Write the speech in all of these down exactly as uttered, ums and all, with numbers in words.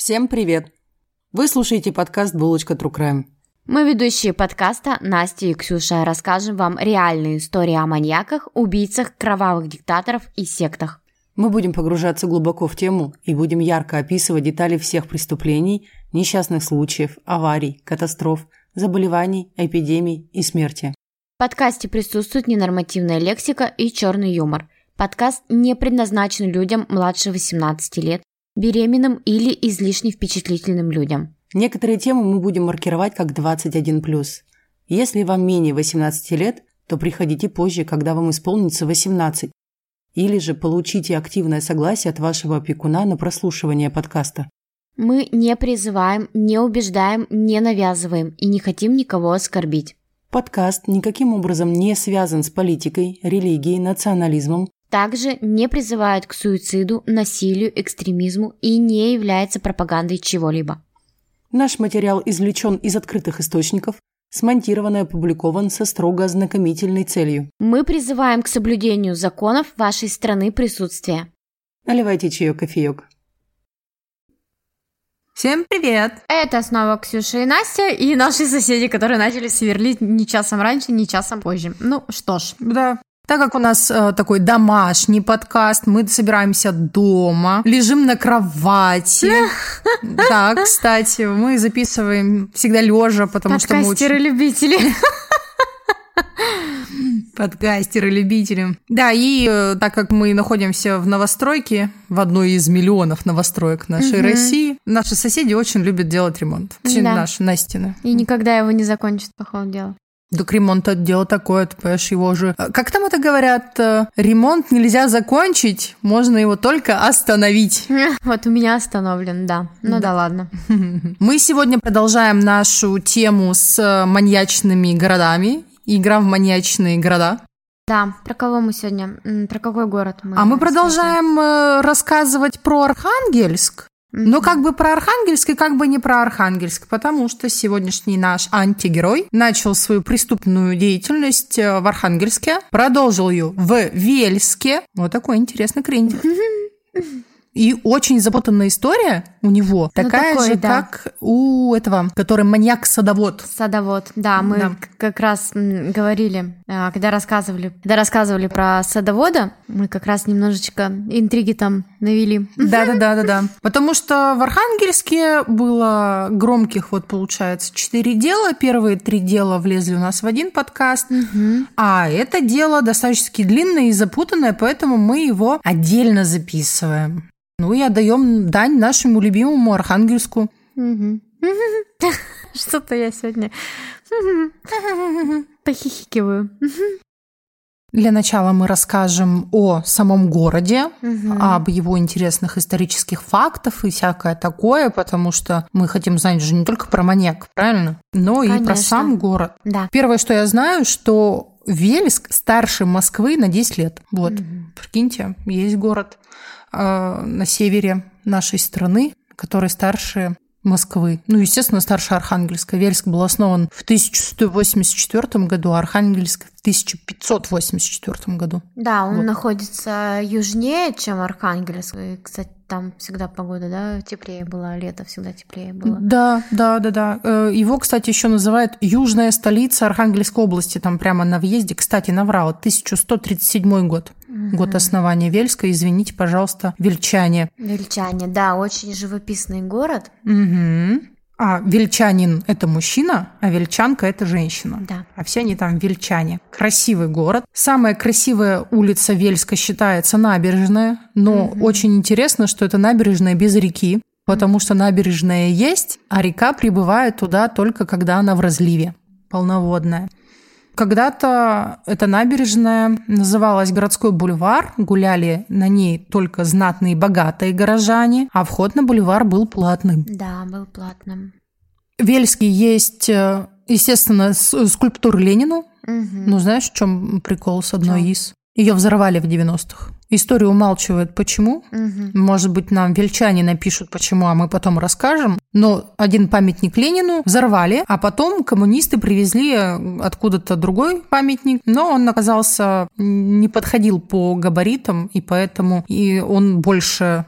Всем привет! Вы слушаете подкаст «Булочка True Crime». Мы ведущие подкаста Настя и Ксюша. Расскажем вам реальные истории о маньяках, убийцах, кровавых диктаторов и сектах. Мы будем погружаться глубоко в тему и будем ярко описывать детали всех преступлений, несчастных случаев, аварий, катастроф, заболеваний, эпидемий и смерти. В подкасте присутствует ненормативная лексика и черный юмор. Подкаст не предназначен людям младше восемнадцати лет, беременным или излишне впечатлительным людям. Некоторые темы мы будем маркировать как двадцать один плюс. Если вам менее восемнадцати лет, то приходите позже, когда вам исполнится восемнадцать. Или же получите активное согласие от вашего опекуна на прослушивание подкаста. Мы не призываем, не убеждаем, не навязываем и не хотим никого оскорбить. Подкаст никаким образом не связан с политикой, религией, национализмом. Также не призывает к суициду, насилию, экстремизму и не является пропагандой чего-либо. Наш материал извлечен из открытых источников, смонтирован и опубликован со строго ознакомительной целью. Мы призываем к соблюдению законов вашей страны присутствия. Наливайте чаек, кофеек. Всем привет! Это снова Ксюша и Настя, и наши соседи, которые начали сверлить не часом раньше, не часом позже. Ну что ж. Да. Так как у нас э, такой домашний подкаст, мы собираемся дома, лежим на кровати. Да, кстати, мы записываем всегда лежа, потому что мы очень... Подкастеры-любители. Подкастеры-любители. Да, и э, так как мы находимся в новостройке, в одной из миллионов новостроек нашей угу. России, наши соседи очень любят делать ремонт. Точнее, да. Наши, Настины. И никогда его не закончат, по ходу дела. Так ремонт — это дело такое, ты понимаешь, его же... Как там это говорят? Ремонт нельзя закончить, можно его только остановить. Вот у меня остановлен, да. Ну да, да ладно. Мы сегодня продолжаем нашу тему с маньячными городами. Игра в маньячные города. Да, про кого мы сегодня? Про какой город мы? А мы продолжаем слушаем? рассказывать про Архангельск. Но как бы про Архангельск и как бы не про Архангельск, потому что сегодняшний наш антигерой начал свою преступную деятельность в Архангельске, продолжил ее в Вельске. Вот такой интересный крендель. И очень запутанная история у него, ну, такая такой, же, да. как у этого, который маньяк-садовод. Садовод, да, мы да. как раз говорили, когда рассказывали, когда рассказывали про садовода, мы как раз немножечко интриги там навели. Да-да-да-да-да. Потому что в Архангельске было громких, вот получается, четыре дела. Первые три дела влезли у нас в один подкаст, угу. а это дело достаточно длинное и запутанное, поэтому мы его отдельно записываем. Ну и отдаем дань нашему любимому Архангельску. Что-то я сегодня похихикиваю. Для начала мы расскажем о самом городе, угу. об его интересных исторических фактах и всякое такое, потому что мы хотим знать же не только про маньяка, правильно? Но Конечно. и про сам город. Да. Первое, что я знаю, что Вельск старше Москвы на десять лет. Вот, угу. прикиньте, есть город на севере нашей страны, который старше Москвы. Ну, естественно, старше Архангельска. Вельск был основан в тысяча сто восемьдесят четвёртом году, а Архангельск в тысяча пятьсот восемьдесят четвёртом году. Да, он вот. находится южнее, чем Архангельск. И, кстати, там всегда погода, да, теплее была, лето всегда теплее было. Да, да, да, да. Его, кстати, еще называют южная столица Архангельской области, там прямо на въезде. Кстати, наврала, тысяча сто тридцать седьмой год. Угу. Год основания Вельска. Извините, пожалуйста, вельчане. Вельчане, да, очень живописный город. Угу. А вельчанин – это мужчина, а вельчанка – это женщина. Да. А все они там вельчане. Красивый город. Самая красивая улица Вельска считается набережная, но угу. очень интересно, что это набережная без реки, потому что набережная есть, а река прибывает туда только когда она в разливе, полноводная. Когда-то эта набережная называлась Городской бульвар, гуляли на ней только знатные и богатые горожане, а вход на бульвар был платным. Да, был платным. В Вельске есть, естественно, скульптура Ленину. Угу. Ну, знаешь, в чем прикол с одной Чё? из? Ее взорвали в девяностых. История умалчивает, почему. Угу. Может быть, нам вельчане напишут, почему, а мы потом расскажем. Но один памятник Ленину взорвали, а потом коммунисты привезли откуда-то другой памятник, но он оказался не подходил по габаритам, и поэтому и он больше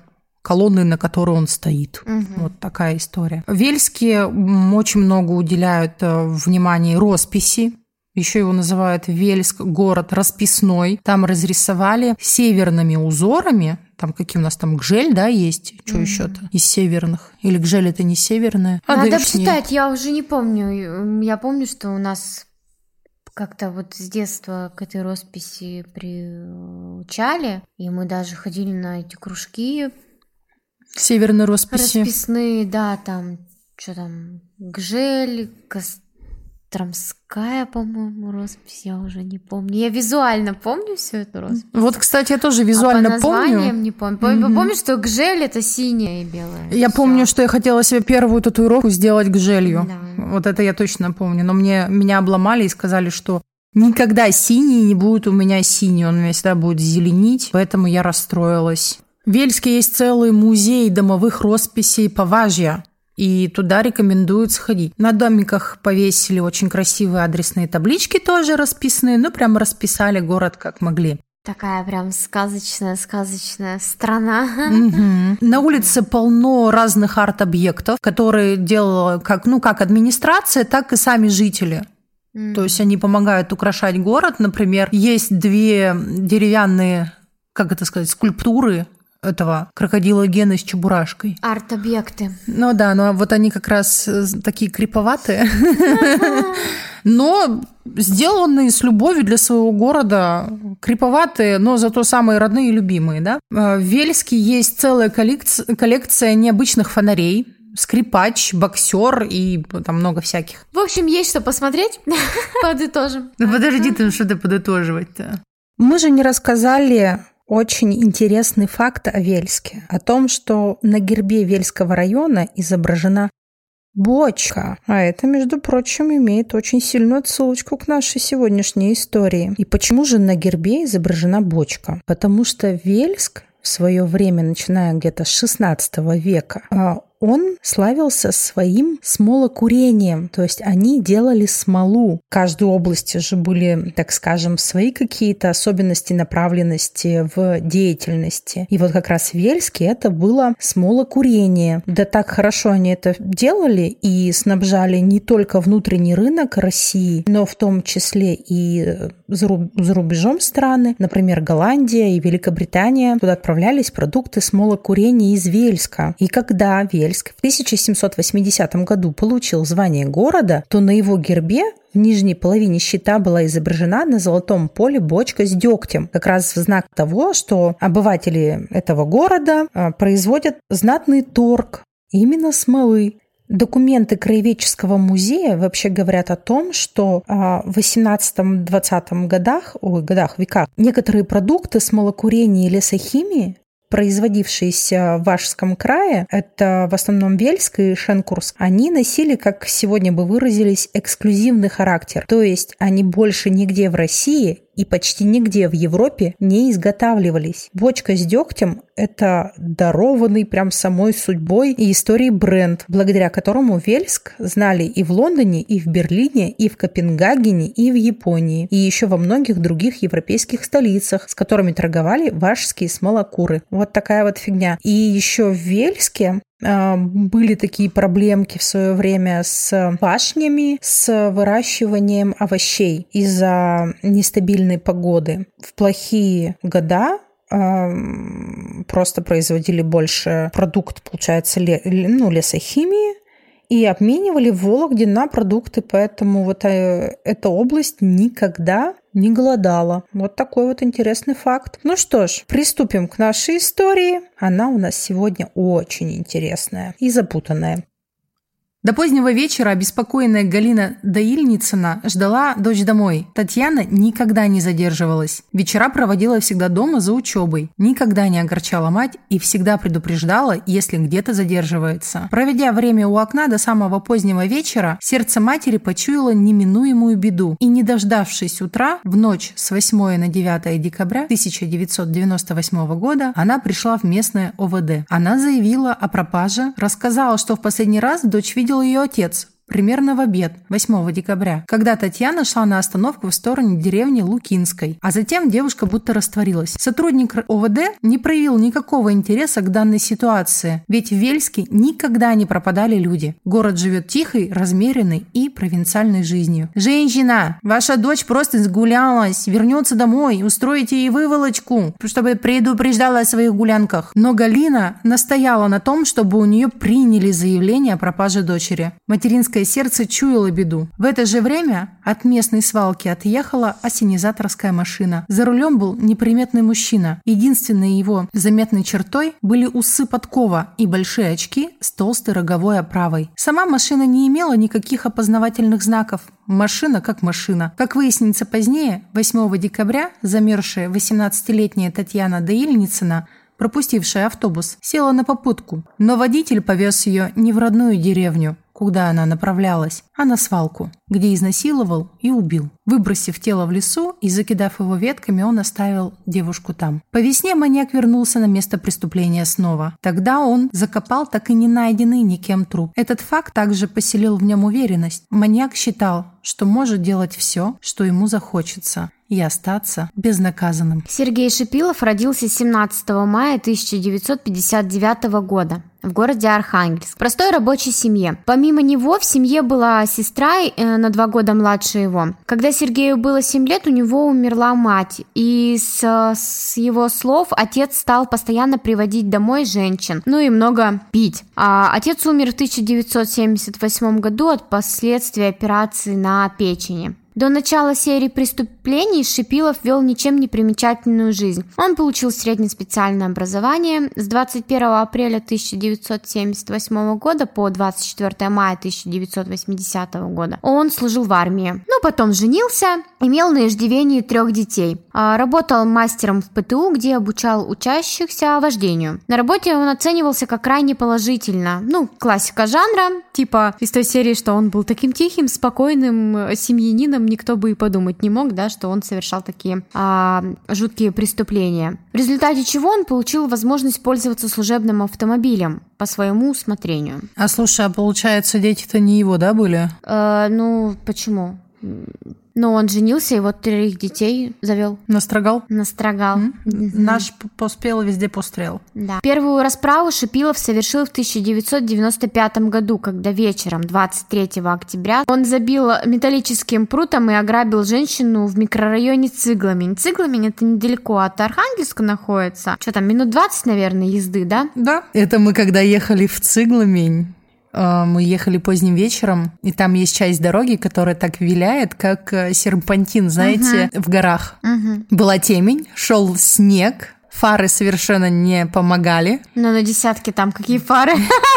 колонны, на которой он стоит. Угу. Вот такая история. Вельские очень много уделяют внимания росписи. Еще его называют Вельск, город расписной. Там разрисовали северными узорами. Там какие у нас там гжель, да, есть? Что mm-hmm. еще-то из северных? Или гжель это не северная? А, Надо почитать, я уже не помню. Я помню, что у нас как-то вот с детства к этой росписи приучали. И мы даже ходили на эти кружки. Северной росписи. Расписные, да, там, что там, гжель, костюм. Трамская, по-моему, роспись, я уже не помню. Я визуально помню всю эту роспись. Вот, кстати, я тоже визуально а по помню. не помню. Mm-hmm. Помню, что гжель это синяя и белая. Я Всё. помню, что я хотела себе первую татуировку сделать гжелью. Да. Вот это я точно помню. Но мне, меня обломали и сказали, что никогда синий не будет у меня синий. Он у меня всегда будет зеленить. Поэтому я расстроилась. В Вельске есть целый музей домовых росписей Поважья. И туда рекомендуют сходить. На домиках повесили очень красивые адресные таблички, тоже расписанные, ну, прям расписали город как могли. Такая прям сказочная-сказочная страна. Угу. На улице полно разных арт-объектов, которые делала как, ну, как администрация, так и сами жители. Mm. То есть они помогают украшать город. Например, есть две деревянные, как это сказать, скульптуры этого крокодила Гены с чебурашкой. Арт-объекты. Ну да, но вот они как раз такие криповатые, но сделанные с любовью для своего города, криповатые, но зато самые родные и любимые, да. В Вельске есть целая коллекция, коллекция необычных фонарей, скрипач, боксер и там много всяких. В общем, есть что посмотреть. Подытожим. Подожди, ты что-то подытоживать-то. Мы же не рассказали очень интересный факт о Вельске. О том, что на гербе Вельского района изображена бочка. А это, между прочим, имеет очень сильную отсылочку к нашей сегодняшней истории. И почему же на гербе изображена бочка? Потому что Вельск в свое время, начиная где-то с шестнадцатого века, он славился своим смолокурением, то есть они делали смолу. В каждой области же были, так скажем, свои какие-то особенности направленности в деятельности. И вот как раз в Вельске это было смолокурение. Да так хорошо они это делали и снабжали не только внутренний рынок России, но в том числе и за рубежом страны, например, Голландия и Великобритания, куда отправлялись продукты смолокурения из Вельска. И когда Вельск в тысяча семьсот восьмидесятом году получил звание города, то на его гербе в нижней половине щита была изображена на золотом поле бочка с дегтем, как раз в знак того, что обыватели этого города производят знатный торг именно смолы. Документы Краеведческого музея вообще говорят о том, что в восемнадцатом-двадцатом годах, ой, годах, веках, некоторые продукты смолокурения и лесохимии, производившиеся в Вашском крае, это в основном Вельск и Шенкурск, они носили, как сегодня бы выразились, эксклюзивный характер. То есть они больше нигде в России и почти нигде в Европе не изготавливались. Бочка с дегтем – это дарованный прям самой судьбой и историей бренд, благодаря которому Вельск знали и в Лондоне, и в Берлине, и в Копенгагене, и в Японии, и еще во многих других европейских столицах, с которыми торговали вашские смолокуры. Вот такая вот фигня. И еще в Вельске были такие проблемки в свое время с пашнями, с выращиванием овощей из-за нестабильной погоды. В плохие года просто производили больше продукт, получается, ну, лесохимии, и обменивали в Вологде на продукты, поэтому вот эта область никогда не голодала. Вот такой вот интересный факт. Ну что ж, приступим к нашей истории. Она у нас сегодня очень интересная и запутанная. До позднего вечера обеспокоенная Галина Доильницына ждала дочь домой. Татьяна никогда не задерживалась. Вечера проводила всегда дома за учебой. Никогда не огорчала мать и всегда предупреждала, если где-то задерживается. Проведя время у окна до самого позднего вечера, сердце матери почуяло неминуемую беду. И не дождавшись утра, в ночь с восьмого на девятое декабря тысяча девятьсот девяносто восьмого года, она пришла в местное О В Д. Она заявила о пропаже, рассказала, что в последний раз дочь видела ее отец примерно в обед восьмого декабря, когда Татьяна шла на остановку в сторону деревни Лукинской, а затем девушка будто растворилась. Сотрудник ОВД не проявил никакого интереса к данной ситуации, ведь в Вельске никогда не пропадали люди. Город живет тихой, размеренной и провинциальной жизнью. «Женщина, ваша дочь просто сгулялась, вернется домой, устроите ей выволочку, чтобы предупреждала о своих гулянках». Но Галина настояла на том, чтобы у нее приняли заявление о пропаже дочери. Материнское сердце чуяло беду. В это же время от местной свалки отъехала ассенизаторская машина. За рулем был неприметный мужчина. Единственной его заметной чертой были усы подкова и большие очки с толстой роговой оправой. Сама машина не имела никаких опознавательных знаков. Машина как машина. Как выяснится позднее, восьмого декабря замерзшая восемнадцатилетняя Татьяна Доильницына, пропустившая автобус, села на попутку, но водитель повез ее не в родную деревню, куда она направлялась, а на свалку, где изнасиловал и убил. Выбросив тело в лесу и закидав его ветками, он оставил девушку там. По весне маньяк вернулся на место преступления снова. Тогда он закопал так и не найденный никем труп. Этот факт также поселил в нем уверенность. Маньяк считал, что может делать все, что ему захочется, и остаться безнаказанным. Сергей Шипилов родился семнадцатого мая тысяча девятьсот пятьдесят девятого года в городе Архангельск, в простой рабочей семье. Помимо него в семье была сестра э, на два года младше его. Когда Сергею было семь лет, у него умерла мать, и с, с его слов отец стал постоянно приводить домой женщин, ну и много пить. А отец умер в тысяча девятьсот семьдесят восьмом году от последствий операции на печени. До начала серии преступлений Шипилов вел ничем не примечательную жизнь. Он получил среднее специальное образование. С двадцать первого апреля тысяча девятьсот семьдесят восьмого года по двадцать четвёртого мая тысяча девятьсот восьмидесятого года он служил в армии. Но потом женился, имел на иждивении трех детей. Работал мастером в ПТУ, где обучал учащихся вождению. На работе он оценивался как крайне положительно. Ну, классика жанра, типа из той серии, что он был таким тихим, спокойным семьянином, никто бы и подумать не мог, да, что он совершал такие а, жуткие преступления. В результате чего он получил возможность пользоваться служебным автомобилем по своему усмотрению. А слушай, а получается, дети-то не его, да, были? Э, ну, почему? Но он женился и вот троих детей завел. Настрогал? Настрогал. Mm-hmm. Mm-hmm. Наш поспел, везде пострел. Да. Первую расправу Шипилов совершил в тысяча девятьсот девяносто пятом году, когда вечером двадцать третьего октября он забил металлическим прутом и ограбил женщину в микрорайоне Цыгламень. Цыгламень — это недалеко от Архангельска находится. Что там, минут двадцать, наверное, езды, да? Да. Это мы когда ехали в Цыгламень. Мы ехали поздним вечером, и там есть часть дороги, которая так виляет, как серпантин, знаете, uh-huh. в горах. Uh-huh. Была темень, шел снег, фары совершенно не помогали. Но на десятке там какие фары?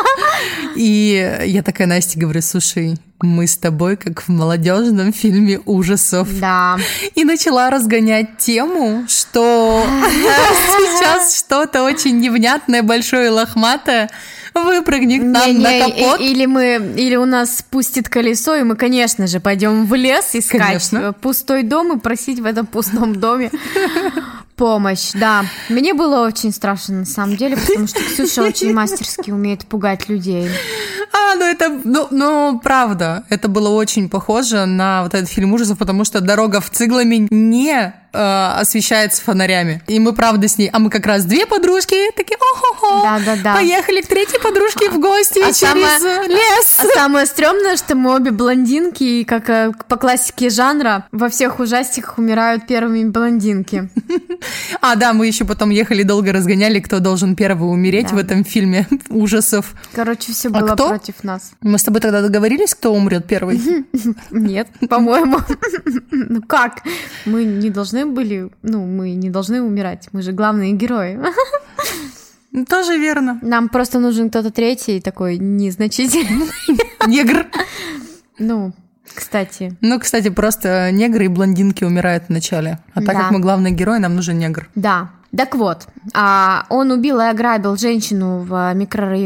И я такая Насте говорю: слушай, мы с тобой как в молодежном фильме ужасов. Да. И начала разгонять тему, что сейчас что-то очень невнятное, большое и лохматое выпрыгнет нам не, на не, капот. Или мы, или у нас спустит колесо, и мы, конечно же, пойдем в лес искать конечно. Пустой дом и просить в этом пустом доме помощь. Да, мне было очень страшно на самом деле, потому что Ксюша очень мастерски умеет пугать людей. А, ну это, ну, ну, правда, это было очень похоже на вот этот фильм ужасов, потому что дорога в Цыгламень не э, освещается фонарями. И мы, правда, с ней, а мы как раз две подружки, такие, о-хо-хо, да, да, да. поехали к третьей подружке в гости а через самое, лес. А самое стрёмное, что мы обе блондинки, и как по классике жанра, во всех ужастиках умирают первыми блондинки. А, да, мы еще потом ехали, долго разгоняли, кто должен первый умереть да. в этом фильме ужасов. Короче, все было а кто? против нас. Мы с тобой тогда договорились, кто умрет первый? Нет, по-моему. Ну как? Мы не должны были, ну, мы не должны умирать. Мы же главные герои. Тоже верно. Нам просто нужен кто-то третий, такой незначительный. Негр. Ну, кстати. Ну, кстати, просто негры и блондинки умирают вначале. А так да. как мы главный герой, нам нужен негр. Да. Так вот, он убил и ограбил женщину в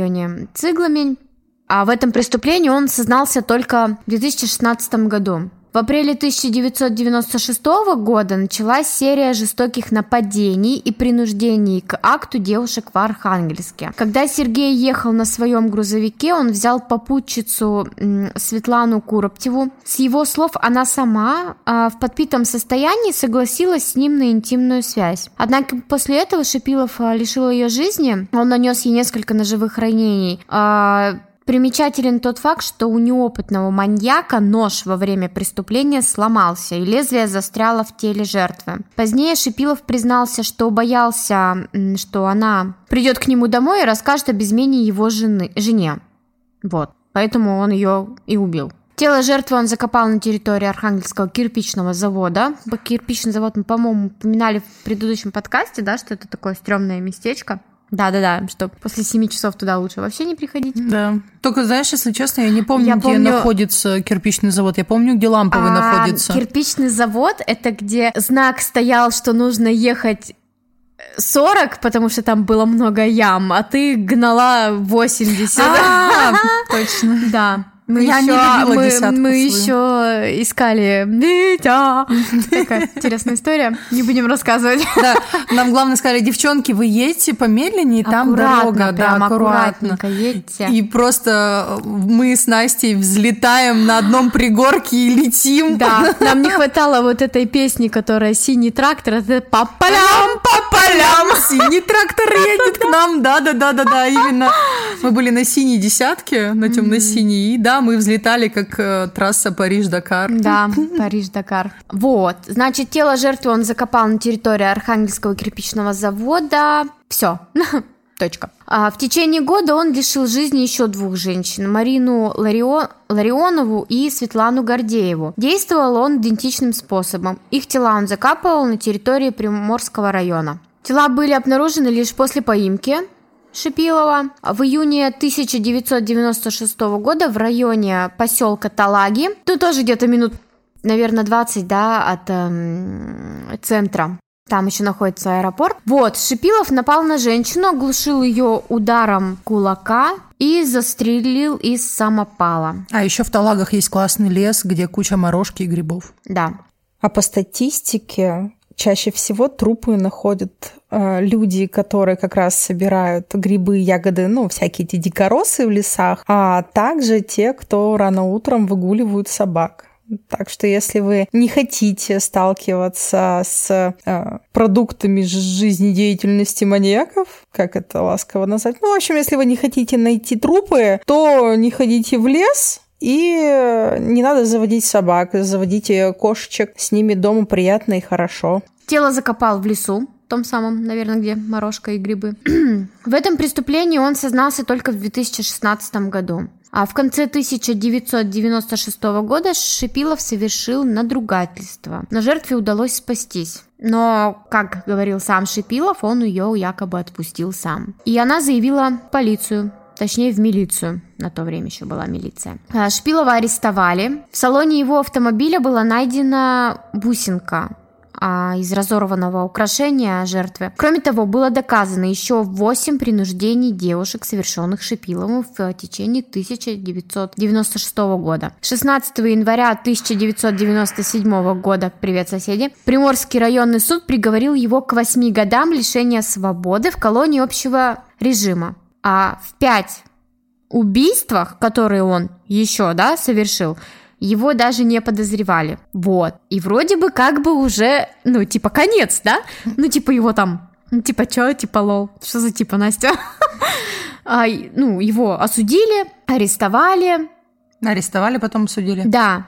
микрорайоне Цыгламень. А в этом преступлении он сознался только в две тысячи шестнадцатом году. В апреле тысяча девятьсот девяносто шестого года началась серия жестоких нападений и принуждений к акту девушек в Архангельске. Когда Сергей ехал на своем грузовике, он взял попутчицу м, Светлану Куроптеву. С его слов, она сама э, в подпитом состоянии согласилась с ним на интимную связь. Однако после этого Шипилов э, лишил ее жизни, он нанес ей несколько ножевых ранений. Э, Примечателен тот факт, что у неопытного маньяка нож во время преступления сломался, и лезвие застряло в теле жертвы. Позднее Шипилов признался, что боялся, что она придет к нему домой и расскажет об измене его жены, жене. Вот, поэтому он ее и убил. Тело жертвы он закопал на территории Архангельского кирпичного завода. Кирпичный завод мы, по-моему, упоминали в предыдущем подкасте, да, что это такое стрёмное местечко. Да-да-да, что после семи часов туда лучше вообще не приходить. Да. Только, знаешь, если честно, я не помню, я где помню... находится кирпичный завод. Я помню, где Ламповый а, находится. Кирпичный завод – это где знак стоял, что нужно ехать сорок, потому что там было много ям, а ты гнала восемьдесят. А, точно. Да. Мы я еще, не любила мы, десятку мы свою. еще искали Витя. Такая интересная история. Не будем рассказывать. Да, нам главное сказали, девчонки, вы едете помедленнее, там аккуратно, дорога, прям да, аккуратно. аккуратненько едьте. И просто мы с Настей взлетаем на одном пригорке и летим. Да, нам не хватало вот этой песни, которая «Синий трактор», это «По полям, по полям». Синий трактор едет к нам, да-да-да-да-да, именно. Мы были на синей десятке, на темно-синей, и да, мы взлетали, как э, трасса Париж-Дакар. Да, Париж-Дакар. Вот, значит, тело жертвы он закопал на территории Архангельского кирпичного завода. Все. Точка. А в течение года он лишил жизни еще двух женщин, Марину Ларио... Ларионову и Светлану Гордееву. Действовал он идентичным способом. Их тела он закапывал на территории Приморского района. Тела были обнаружены лишь после поимки Шипилова. В июне тысяча девятьсот девяносто шестого года в районе поселка Талаги, тут тоже где-то минут, наверное, двадцать, да, от эм, центра. Там еще находится аэропорт. Вот, Шипилов напал на женщину, оглушил ее ударом кулака и застрелил из самопала. А еще в Талагах есть классный лес, где куча морожки и грибов. Да. А по статистике чаще всего трупы находят э, люди, которые как раз собирают грибы, ягоды, ну, всякие эти дикоросы в лесах, а также те, кто рано утром выгуливают собак. Так что если вы не хотите сталкиваться с э, продуктами жизнедеятельности маньяков, как это ласково назвать, ну, в общем, если вы не хотите найти трупы, то не ходите в лес. И не надо заводить собак, заводите кошечек, с ними дома приятно и хорошо. Тело закопал в лесу, в том самом, наверное, где морожка и грибы. В этом преступлении он сознался только в две тысячи шестнадцатом году. А в конце тысяча девятьсот девяносто шестого года Шипилов совершил надругательство, но жертве удалось спастись. Но, как говорил сам Шипилов, он ее якобы отпустил сам. И она заявила в полицию. Точнее, в милицию. На то время еще была милиция. Шипилова арестовали. В салоне его автомобиля была найдена бусинка а, из разорванного украшения жертвы. Кроме того, было доказано еще восемь принуждений девушек, совершенных Шипиловым в течение тысяча девятьсот девяносто шестого года. шестнадцатого января тысяча девятьсот девяносто седьмого года, привет, соседи, Приморский районный суд приговорил его к восьми годам лишения свободы в колонии общего режима. А в пять убийствах, которые он еще, да, совершил, его даже не подозревали. Вот. И вроде бы как бы уже, ну, типа, конец, да? Ну, типа, его там, ну, типа, чё, типа, лол, что за типа, Настя? а, ну, его осудили, арестовали. Арестовали, потом судили. Да.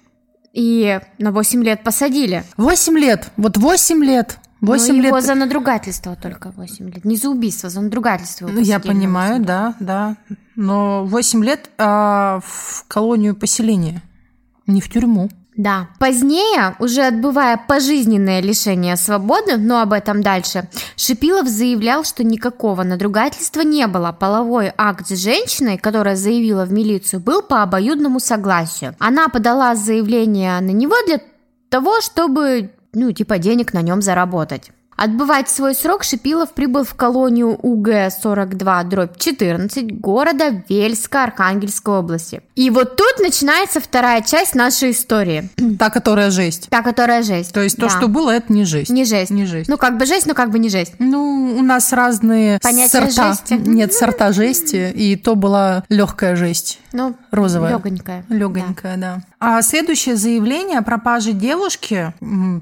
И на восемь лет посадили. Восемь лет, вот восемь лет. восемь лет. Его за надругательство только восемь лет. Не за убийство, за надругательство. Ну, я понимаю, да, да. Но восемь лет а, в колонию поселения, не в тюрьму. Да. Позднее, уже отбывая пожизненное лишение свободы, но об этом дальше, Шипилов заявлял, что никакого надругательства не было. Половой акт с женщиной, которая заявила в милицию, был по обоюдному согласию. Она подала заявление на него для того, чтобы, ну, типа, денег на нем заработать. Отбывать свой срок Шипилов прибыл в колонию У Г сорок два дробь четырнадцать города Вельска Архангельской области. И вот тут начинается вторая часть нашей истории. Та, которая жесть. Та, которая жесть. То есть да. то, что было, это не жесть. Не жесть. Не жесть. Ну, как бы жесть, но как бы не жесть. Ну, у нас разные понятия сорта. жести. Нет, сорта жести, и то была легкая жесть. Ну, розовая. Легонькая. Легонькая, да. да. А следующее заявление о пропаже девушки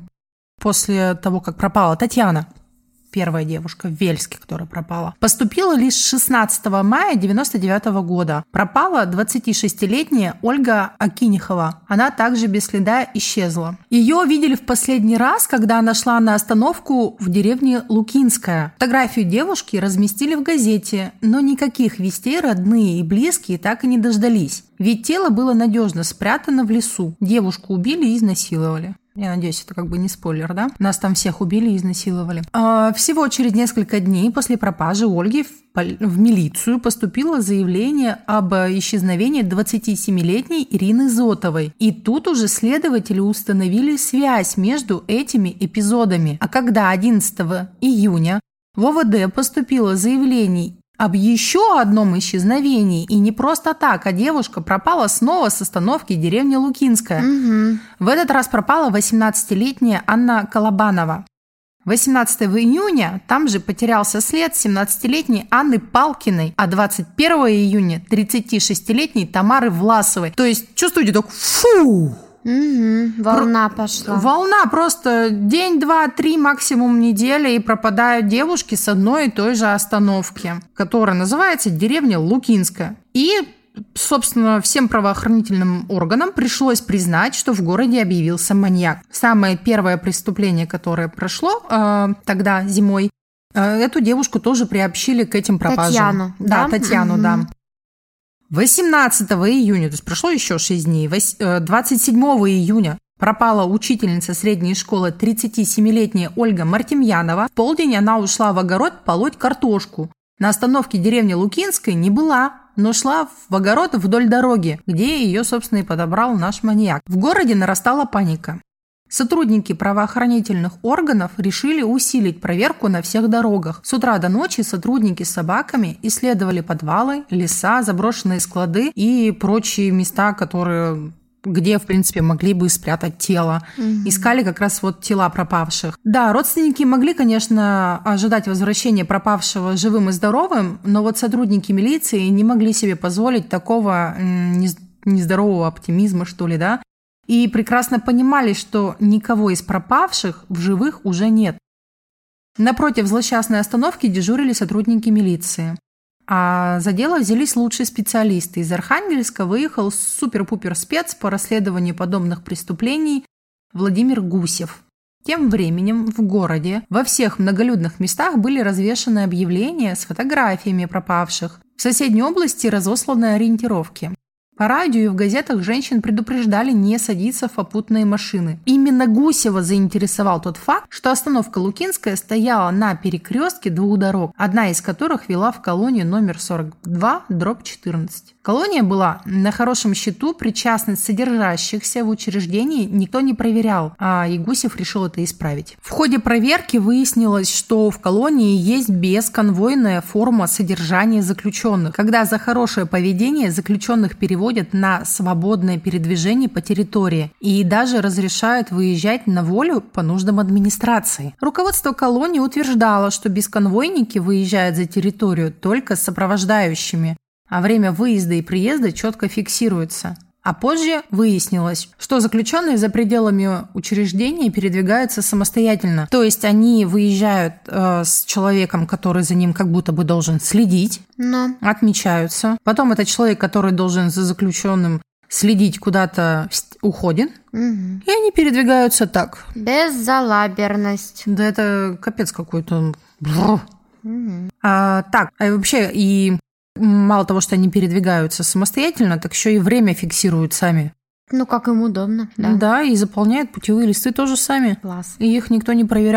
после того, как пропала Татьяна, первая девушка в Вельске, которая пропала, поступила лишь шестнадцатого мая девяносто девятого года. Пропала двадцатишестилетняя Ольга Акинихова. Она также без следа исчезла. Ее видели в последний раз, когда она шла на остановку в деревне Лукинская. Фотографию девушки разместили в газете, но никаких вестей родные и близкие так и не дождались. Ведь тело было надежно спрятано в лесу. Девушку убили и изнасиловали. Я надеюсь, это как бы не спойлер, да? Нас там всех убили и изнасиловали. А, всего через несколько дней после пропажи Ольги в, пол- в милицию поступило заявление об исчезновении двадцатисемилетней Ирины Зотовой. И тут уже следователи установили связь между этими эпизодами. А когда одиннадцатого июня в О В Д поступило заявление об еще одном исчезновении, и не просто так, а девушка пропала снова с остановки деревни Лукинская. Угу. В этот раз пропала восемнадцатилетняя Анна Колобанова. восемнадцатого июня там же потерялся след семнадцатилетней Анны Палкиной, а двадцать первого июня тридцатишестилетней Тамары Власовой. То есть, чувствуете, так фу! Угу, волна пошла. Волна просто день, два, три, максимум неделя, и пропадают девушки с одной и той же остановки, которая называется деревня Лукинская. И, собственно, всем правоохранительным органам пришлось признать, что в городе объявился маньяк. Самое первое преступление, которое прошло э, тогда зимой, э, эту девушку тоже приобщили к этим пропажам. Татьяну, да? Да, Татьяну, угу. да. восемнадцатого июня, то есть прошло еще шесть дней, двадцать седьмого июня пропала учительница средней школы тридцатисемилетняя Ольга Мартемьянова. В полдень она ушла в огород полоть картошку. На остановке деревни Лукинской не была, но шла в огород вдоль дороги, где ее, собственно, и подобрал наш маньяк. В городе нарастала паника. Сотрудники правоохранительных органов решили усилить проверку на всех дорогах. С утра до ночи сотрудники с собаками исследовали подвалы, леса, заброшенные склады и прочие места, которые, где, в принципе, могли бы спрятать тело. Угу. Искали как раз вот тела пропавших. Да, родственники могли, конечно, ожидать возвращения пропавшего живым и здоровым, но вот сотрудники милиции не могли себе позволить такого нездорового оптимизма, что ли, да? И прекрасно понимали, что никого из пропавших в живых уже нет. Напротив злосчастной остановки дежурили сотрудники милиции. А за дело взялись лучшие специалисты. Из Архангельска выехал супер-пупер спец по расследованию подобных преступлений Владимир Гусев. Тем временем в городе во всех многолюдных местах были развешаны объявления с фотографиями пропавших. В соседней области разосланы ориентировки. По радио и в газетах женщин предупреждали не садиться в попутные машины. Именно Гусева заинтересовал тот факт, что остановка Лукинская стояла на перекрестке двух дорог, одна из которых вела в колонию номер сорок два дробь четырнадцать. Колония была на хорошем счету, причастность содержащихся в учреждении никто не проверял, а и Гусев решил это исправить. В ходе проверки выяснилось, что в колонии есть бесконвойная форма содержания заключенных, когда за хорошее поведение заключенных переводят на свободное передвижение по территории и даже разрешают выезжать на волю по нуждам администрации. Руководство колонии утверждало, что бесконвойники выезжают за территорию только с сопровождающими, а время выезда и приезда четко фиксируется. А позже выяснилось, что заключенные за пределами учреждения передвигаются самостоятельно. То есть они выезжают э, с человеком, который за ним как будто бы должен следить, Но. отмечаются. Потом этот человек, который должен за заключенным следить, куда-то уходит. Угу. И они передвигаются так. Безалаберность. Да это капец какой-то. Угу. А, так, а вообще и... Мало того, что они передвигаются самостоятельно, так еще и время фиксируют сами. Ну, как им удобно. Да, да и заполняют путевые листы тоже сами. Класс. И их никто не проверял.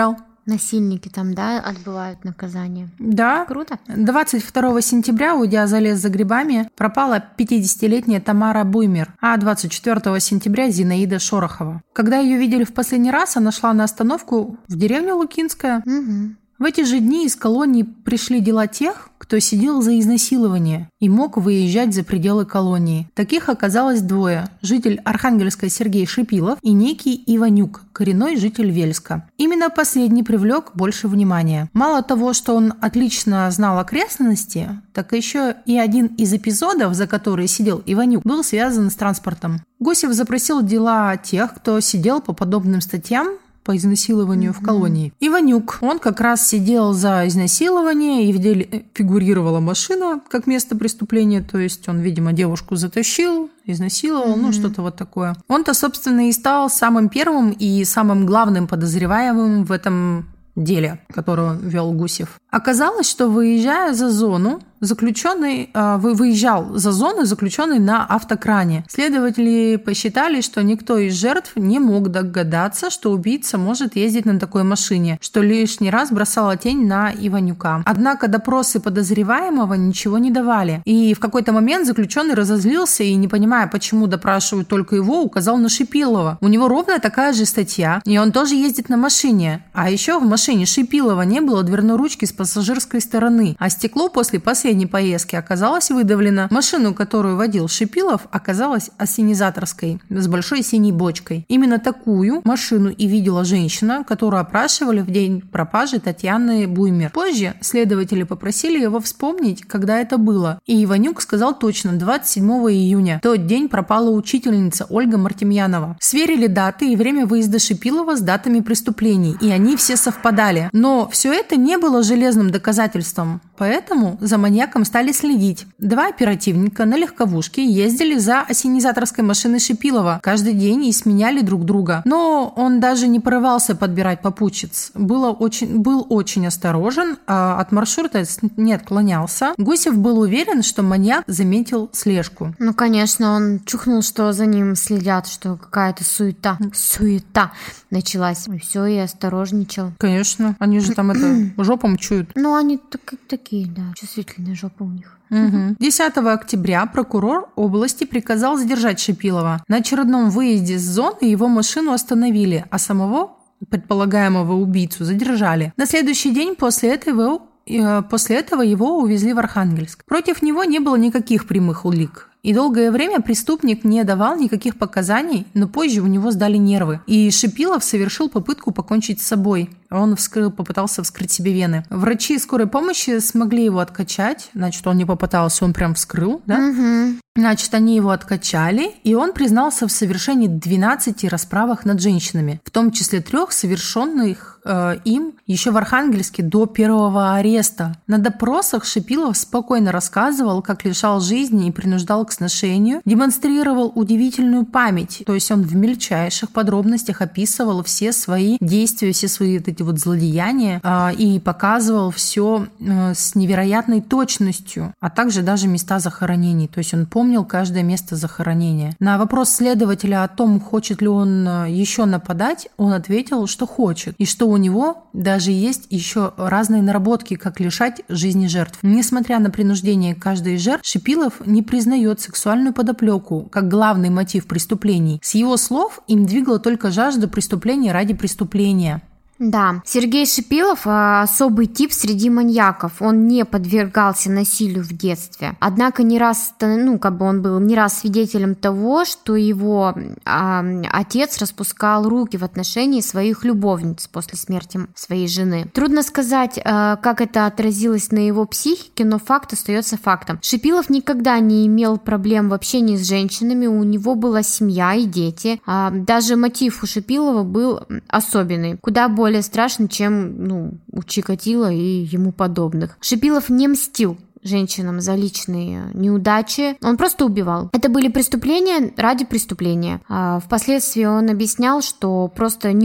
Насильники там, да, отбывают наказание. Да. Круто. двадцать второго сентября, уйдя за лес за грибами, пропала пятидесятилетняя Тамара Буймер, а двадцать четвёртого сентября Зинаида Шорохова. Когда ее видели в последний раз, она шла на остановку в деревню Лукинская. Угу. В эти же дни из колонии пришли дела тех, кто сидел за изнасилование и мог выезжать за пределы колонии. Таких оказалось двое. Житель Архангельска Сергей Шипилов и некий Иванюк, коренной житель Вельска. Именно последний привлек больше внимания. Мало того, что он отлично знал окрестности, так еще и один из эпизодов, за которые сидел Иванюк, был связан с транспортом. Гусев запросил дела тех, кто сидел по подобным статьям по изнасилованию mm-hmm. в колонии. Иванюк, он как раз сидел за изнасилование, и в деле фигурировала машина как место преступления, то есть он, видимо, девушку затащил, изнасиловал, mm-hmm. ну что-то вот такое. Он-то, собственно, и стал самым первым и самым главным подозреваемым в этом деле, которое вел Гусев. Оказалось, что выезжая за зону, заключенный э, выезжал за зону, заключенный на автокране. Следователи посчитали, что никто из жертв не мог догадаться, что убийца может ездить на такой машине, что лишний раз бросало тень на Иванюка. Однако допросы подозреваемого ничего не давали. И в какой-то момент заключенный разозлился и, не понимая, почему допрашивают только его, указал на Шипилова. У него ровно такая же статья, и он тоже ездит на машине. А еще в машине Шипилова не было дверной ручки с пассажирской стороны, а стекло после последней поездки оказалось выдавлено. Машину, которую водил Шипилов, оказалась ассенизаторской с большой синей бочкой. Именно такую машину и видела женщина, которую опрашивали в день пропажи Татьяны Буймер. Позже следователи попросили его вспомнить, когда это было. И Иванюк сказал точно: двадцать седьмого июня. В тот день пропала учительница Ольга Мартемьянова. Сверили даты и время выезда Шипилова с датами преступлений, и они все совпадали. Но все это не было железным доказательством. Поэтому за маньяком стали следить. Два оперативника на легковушке ездили за ассенизаторской машиной Шипилова каждый день и сменяли друг друга. Но он даже не порывался подбирать попутчиц. Было очень, был очень осторожен, а от маршрута не отклонялся. Гусев был уверен, что маньяк заметил слежку. Ну, конечно, он чухнул, что за ним следят, что какая-то суета, суета началась. И все, и осторожничал. Конечно, они же там это жопом чуют. Ну, они так, такие, да, чувствительные жопы у них. Угу. десятого октября прокурор области приказал задержать Шипилова. На очередном выезде с зоны его машину остановили, а самого предполагаемого убийцу задержали. На следующий день после этого, после этого его увезли в Архангельск. Против него не было никаких прямых улик. И долгое время преступник не давал никаких показаний, но позже у него сдали нервы. И Шипилов совершил попытку покончить с собой. Он вскрыл, попытался вскрыть себе вены. Врачи скорой помощи смогли его откачать. Значит, он не попытался, он прям вскрыл, да? Угу. Значит, они его откачали, и он признался в совершении двенадцати расправах над женщинами, в том числе трех, совершенных э, им еще в Архангельске до первого ареста. На допросах Шипилов спокойно рассказывал, как лишал жизни и принуждал к сношению, демонстрировал удивительную память, то есть он в мельчайших подробностях описывал все свои действия, все свои вот эти вот злодеяния э, и показывал все э, с невероятной точностью, а также даже места захоронений, то есть он помнил помнил каждое место захоронения. На вопрос следователя о том, хочет ли он еще нападать, он ответил, что хочет, и что у него даже есть еще разные наработки, как лишать жизни жертв. Несмотря на принуждение каждой из жертв, Шипилов не признает сексуальную подоплеку как главный мотив преступлений. С его слов им двигала только жажда преступления ради преступления. Да, Сергей Шипилов э, особый тип среди маньяков. Он не подвергался насилию в детстве. Однако не раз, ну, как бы он был не раз свидетелем того, что его э, отец распускал руки в отношении своих любовниц после смерти своей жены. Трудно сказать, э, как это отразилось на его психике, но факт остается фактом. Шипилов никогда не имел проблем в общении с женщинами, у него была семья и дети. Э, даже мотив у Шипилова был особенный, куда более более страшно, чем ну, у Чикатило и ему подобных. Шипилов не мстил женщинам за личные неудачи, он просто убивал. Это были преступления ради преступления. А впоследствии он объяснял, что просто не мог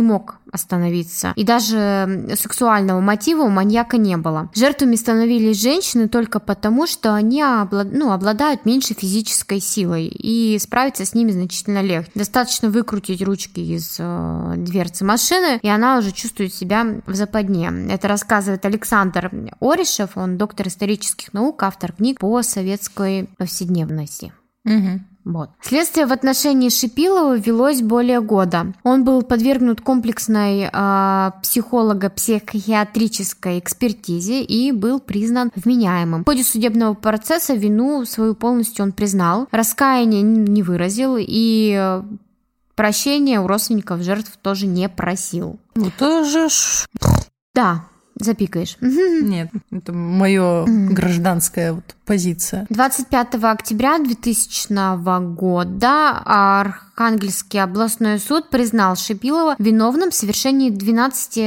остановиться. И даже сексуального мотива у маньяка не было. Жертвами становились женщины только потому, что они облад... ну, обладают меньшей физической силой, и справиться с ними значительно легче. Достаточно выкрутить ручки из э, дверцы машины, и она уже чувствует себя в западне. Это рассказывает Александр Оришев, он доктор исторических наук, автор книг по советской повседневности. Угу. Вот. Следствие в отношении Шипилова велось более года. Он был подвергнут комплексной э, психолого-психиатрической экспертизе и был признан вменяемым. В ходе судебного процесса вину свою полностью он признал, раскаяния не выразил и э, прощения у родственников жертв тоже не просил. Вот это же... Да. Запикаешь. Нет, это моя гражданская вот позиция. двадцать пятого октября двухтысячного года Архангельский областной суд признал Шипилова виновным в совершении двенадцати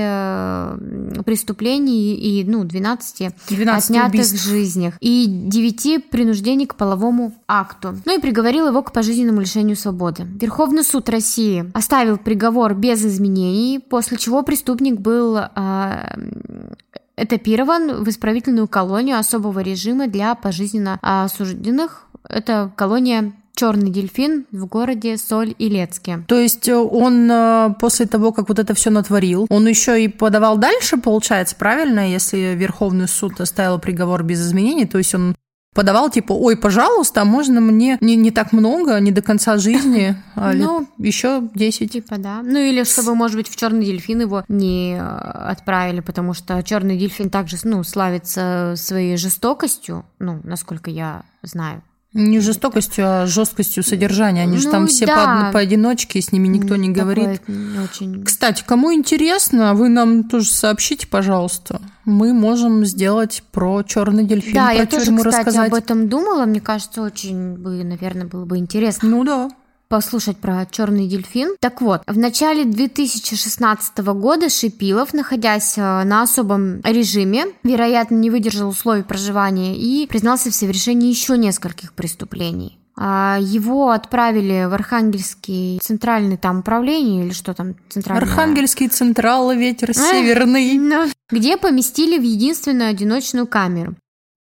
преступлений и ну, двенадцати отнятых убийств. Жизнях и девяти принуждений к половому акту. Ну и приговорил его к пожизненному лишению свободы. Верховный суд России оставил приговор без изменений, после чего преступник был э, этапирован в исправительную колонию особого режима для пожизненно осужденных. Это колония «Черный дельфин» в городе Соль-Илецке. То есть он после того, как вот это все натворил, он еще и подавал дальше, получается, правильно, если Верховный суд оставил приговор без изменений, то есть он подавал типа, ой, пожалуйста, а можно мне не, не так много, не до конца жизни, а ну, еще десять. Типа, да. Ну или чтобы, может быть, в «Черный дельфин» его не отправили, потому что «Черный дельфин» также, ну, славится своей жестокостью, ну, насколько я знаю. Не жестокостью, а жесткостью содержания. Они же ну, там все да. по- поодиночке, с ними никто не Такое говорит. Очень... Кстати, кому интересно, вы нам тоже сообщите, пожалуйста. Мы можем сделать про «Черный дельфин», да, про я тоже, тюрьму кстати, рассказать. об этом думала. Мне кажется, очень бы, наверное, было бы интересно. Ну да. Послушать про «Черный дельфин». Так вот, в начале две тысячи шестнадцатого года Шипилов, находясь на особом режиме, вероятно, не выдержал условий проживания и признался в совершении еще нескольких преступлений. Его отправили в Архангельский центральный там управление, или что там центральное? Архангельский централ, ветер северный. Ну, где поместили в единственную одиночную камеру.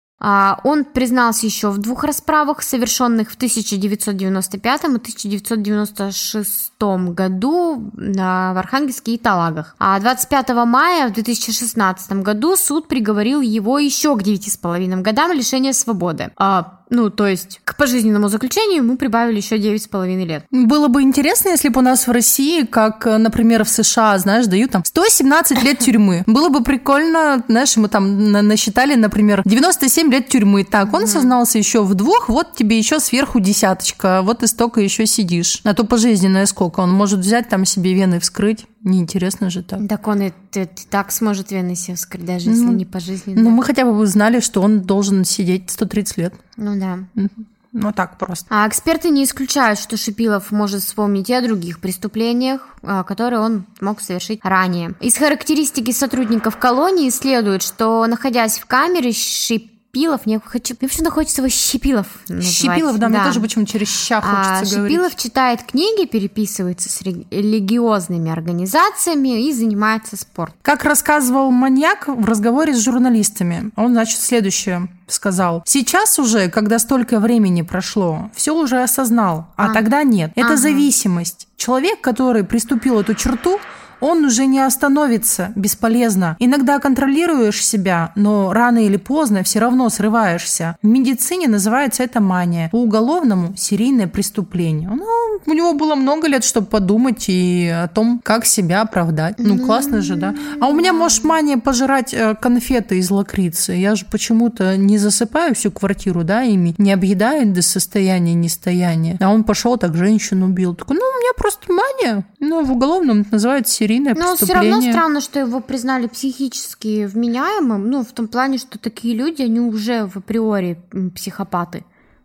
Он признался еще в двух расправах, совершенных в тысяча девятьсот девяносто пятом и тысяча девятьсот девяносто шестом году в Архангельске и Талагах. А двадцать пятого мая в две тысячи шестнадцатом году суд приговорил его еще к девяти с половиной годам лишения свободы. А, ну, то есть к пожизненному заключению мы прибавили еще девять с половиной лет. Было бы интересно, если бы у нас в России, как, например, в США, знаешь, дают там сто семнадцать лет тюрьмы. Было бы прикольно, знаешь, мы там насчитали, например, девяносто семь лет тюрьмы. Так, он mm-hmm. сознался еще в двух, вот тебе еще сверху десяточка, вот и столько еще сидишь. А то пожизненное сколько? Он может взять там себе вены вскрыть. Неинтересно же так. Так он и, и, и так сможет вены себе вскрыть, даже если ну, не пожизненно. Ну, мы хотя бы знали, что он должен сидеть сто тридцать лет. Ну да. Ну так просто. А эксперты не исключают, что Шипилов может вспомнить и о других преступлениях, которые он мог совершить ранее. Из характеристики сотрудников колонии следует, что, находясь в камере, Шипилов Шипилов, мне, хочу, мне почему-то хочется его Щепилов называть. Щепилов, да, да, мне тоже почему-то через ща хочется а, говорить. Шипилов читает книги, переписывается с религиозными организациями и занимается спортом. Как рассказывал маньяк в разговоре с журналистами, он, значит, следующее сказал. Сейчас уже, когда столько времени прошло, все уже осознал, а, а. тогда нет. Это ага. зависимость. Человек, который приступил эту черту, он уже не остановится, бесполезно. Иногда контролируешь себя, но рано или поздно все равно срываешься. В медицине называется это мания. По уголовному – серийное преступление. Ну, у него было много лет, чтобы подумать и о том, как себя оправдать. Ну, классно же, да? А у меня, может, мания пожирать конфеты из лакрицы. Я же почему-то не засыпаю всю квартиру, да, ими, не объедает до состояния нестояния. А он пошел так женщину убил. Такой, ну, у меня просто мания. Ну, в уголовном это называется серийное Но все равно странно, что его признали психически вменяемым, ну, в том плане, что такие люди, они уже в априори психопаты.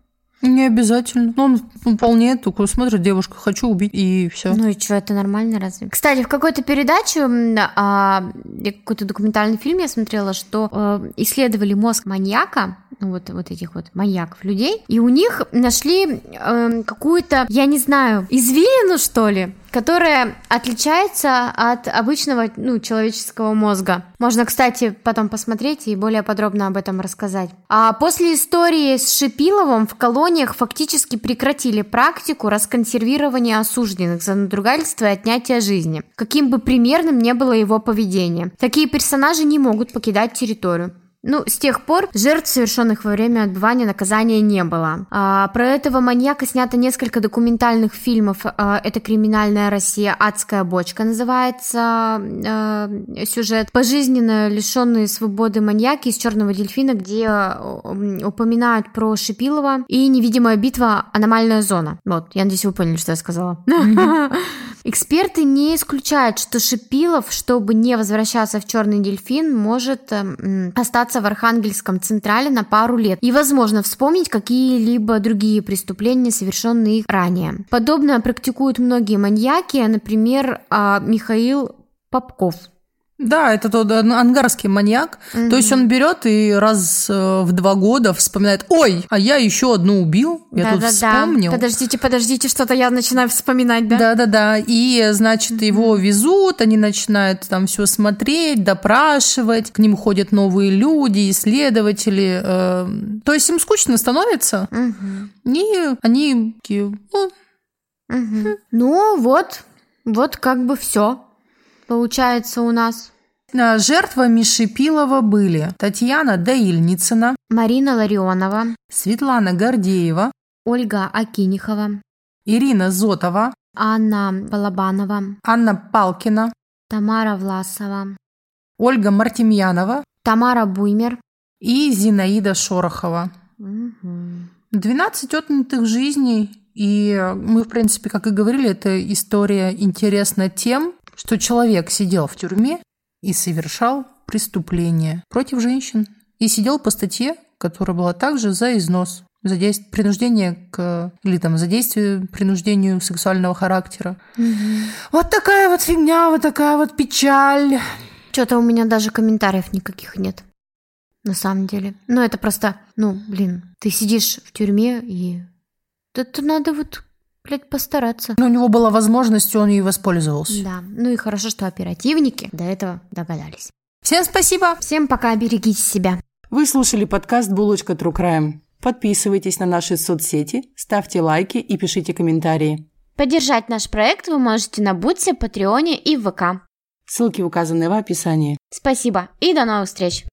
Не обязательно. Ну, он вполне такой смотрит, девушка, хочу убить, и все. Ну и что, это нормально разве? Кстати, в какой-то передаче, а, какой-то документальный фильм я смотрела, что а, исследовали мозг маньяка, ну, вот, вот этих вот маньяков людей, и у них нашли а, какую-то, я не знаю, извилину, что ли, которое отличается от обычного, ну, человеческого мозга. Можно, кстати, потом посмотреть и более подробно об этом рассказать. А после истории с Шипиловым в колониях фактически прекратили практику расконсервирования осужденных за надругательство и отнятие жизни, каким бы примерным ни было его поведение. Такие персонажи не могут покидать территорию. Ну, с тех пор жертв, совершенных во время отбывания наказания, не было. А, про этого маньяка снято несколько документальных фильмов. А, это «Криминальная Россия. Адская бочка» называется а, сюжет. Пожизненно лишенные свободы маньяки из «Черного дельфина», где упоминают про Шипилова, и «Невидимая битва. Аномальная зона». Вот, я надеюсь, вы поняли, что я сказала. Эксперты не исключают, что Шипилов, чтобы не возвращаться в «Черный дельфин», может э, остаться в Архангельском Централе на пару лет и, возможно, вспомнить какие-либо другие преступления, совершенные ранее. Подобное практикуют многие маньяки, например, э, Михаил Попков. Да, это тот ангарский маньяк. Mm-hmm. То есть он берет и раз в два года вспоминает: ой, а я еще одну убил, я да, тут да, вспомнил. Да. Подождите, подождите, что-то я начинаю вспоминать, да? Да-да-да, и, значит, mm-hmm. его везут, они начинают там все смотреть, допрашивать, к ним ходят новые люди, исследователи. Э, то есть им скучно становится, mm-hmm. и они такие... Ну, mm-hmm. ну вот, вот как бы все получается у нас. Жертвами Шипилова были Татьяна Доильницына, Марина Ларионова, Светлана Гордеева, Ольга Акинихова, Ирина Зотова, Анна Балабанова, Анна Палкина, Тамара Власова, Ольга Мартемьянова, Тамара Буймер и Зинаида Шорохова. Угу. двенадцать отнятых жизней. И мы, в принципе, как и говорили, эта история интересна тем, что человек сидел в тюрьме и совершал преступление против женщин. И сидел по статье, которая была также за износ, за действие, принуждение к... или там за действие принуждению сексуального характера. Угу. Вот такая вот фигня, вот такая вот печаль. Что-то у меня даже комментариев никаких нет, на самом деле. Ну, это просто, ну, блин, ты сидишь в тюрьме, и это надо вот... блядь, постараться. Но у него была возможность, он ей воспользовался. Да, ну и хорошо, что оперативники до этого догадались. Всем спасибо. Всем пока, берегите себя. Вы слушали подкаст «Булочка True Crime». Подписывайтесь на наши соцсети, ставьте лайки и пишите комментарии. Поддержать наш проект вы можете на Бутсе, Патреоне и в ВК. Ссылки указаны в описании. Спасибо и до новых встреч.